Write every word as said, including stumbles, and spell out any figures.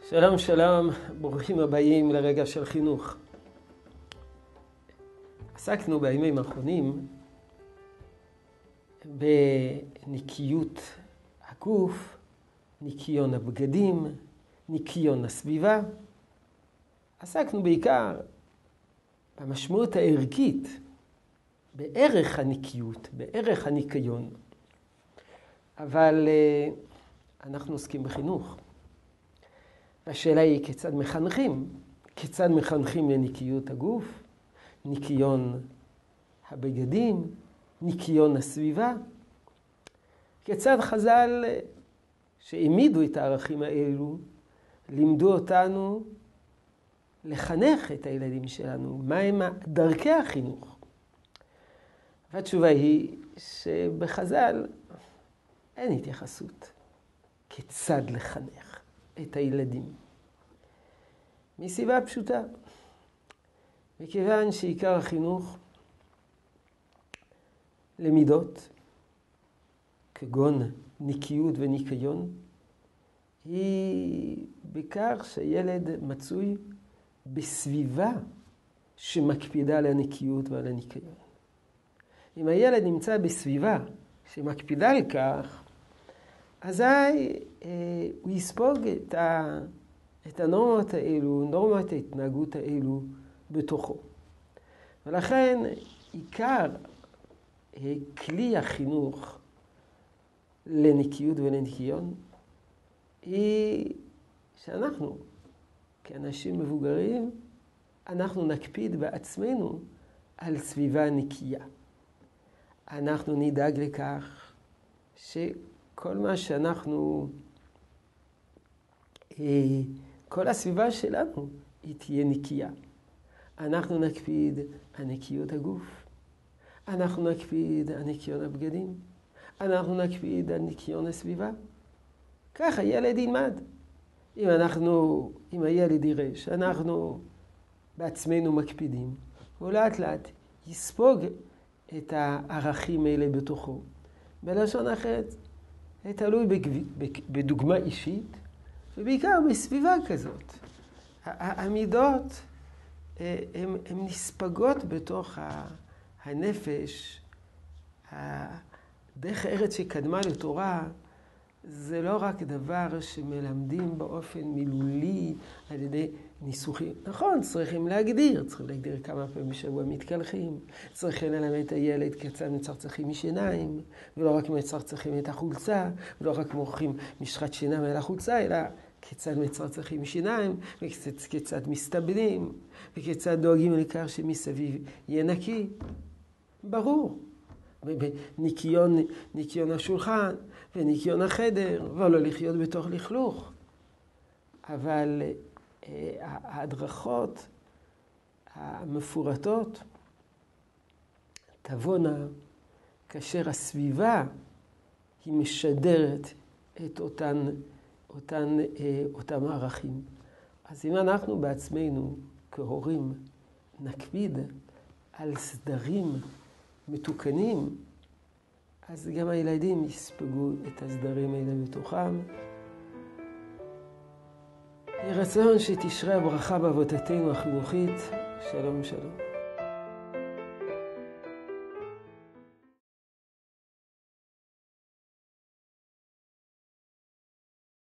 שלום שלום, ברוכים הבאים לרגע של חינוך. עסקנו בימים האחרונים בניקיות הגוף, ניקיון הבגדים, ניקיון הסביבה. עסקנו בעיקר במשמעות הערכית, בערך הניקיות, בערך הניקיון. אבל אנחנו עוסקים בחינוך. השאלה היא כיצד מחנכים, כיצד מחנכים לניקיות הגוף, ניקיון הבגדים, ניקיון הסביבה. כיצד חז"ל שהעמידו את הערכים האלו, לימדו אותנו לחנך את הילדים שלנו, מהם דרכי החינוך. והתשובה היא שבחז"ל אין התייחסות כיצד לחנך את הילדים. מסיבה פשוטה. מכיוון שעיקר החינוך למידות, כגון ניקיות וניקיון, היא בכך שילד מצוי בסביבה שמקפידה על הניקיות ועל הניקיון. אם הילד נמצא בסביבה שמקפידה על כך, אזי אה, הוא יספוג את, ה, את הנורמות האלו, נורמות ההתנהגות האלו בתוכו. ולכן עיקר אה, כלי החינוך לניקיות ולניקיון היא שאנחנו כאנשים מבוגרים, אנחנו נקפיד בעצמנו על סביבה נקייה. אנחנו נדאג לכך ש... כל מה שאנחנו, כל הסביבה שלנו, היא תהיה נקייה. אנחנו נקפיד על נקיות הגוף. אנחנו נקפיד על ניקיון הבגדים. אנחנו נקפיד על ניקיון הסביבה. ככה ילד ילמד. אם אנחנו, אם הילד יראה שאנחנו בעצמנו מקפידים, הוא לאט לאט יספוג את הערכים האלה בתוכו. בלשון אחרת, תלוי בדוגמה אישית, ובעיקר בסביבה כזאת. המידות הן נספגות בתוך הנפש. דרך הארץ שקדמה לתורה, זה לא רק דבר שמלמדים באופן מילולי על ידי ניסוחים. נכון, צריכים להגדיר, צריכים להגדיר כמה פעמים בשבוע מתקלחים, צריכים ללמד את הילד כיצד מצחצחים משיניים, ולא רק מצחצחים את החולצה, ולא רק מורחים משחת שיניים על החולצה, אלא כיצד מצחצחים משיניים, וכיצד מסתבנים, וכיצד דואגים לכך שמסביב יהיה נקי. ברור. בניקיון, ניקיון השולחן וניקיון החדר, ולא לחיות בתוך לכלוך. אבל אה, ההדרכות המפורטות תבונה כאשר הסביבה היא משדרת את אותן, אותן, אה, אותם הערכים. אז אם אנחנו בעצמנו כהורים נקפיד על סדרים מתוקנים, אז גם הילדים יספגו את הסדרים האלה בתוכם. יהי רצון שתשרה הברכה בעבודתנו החינוכית. שלום שלום.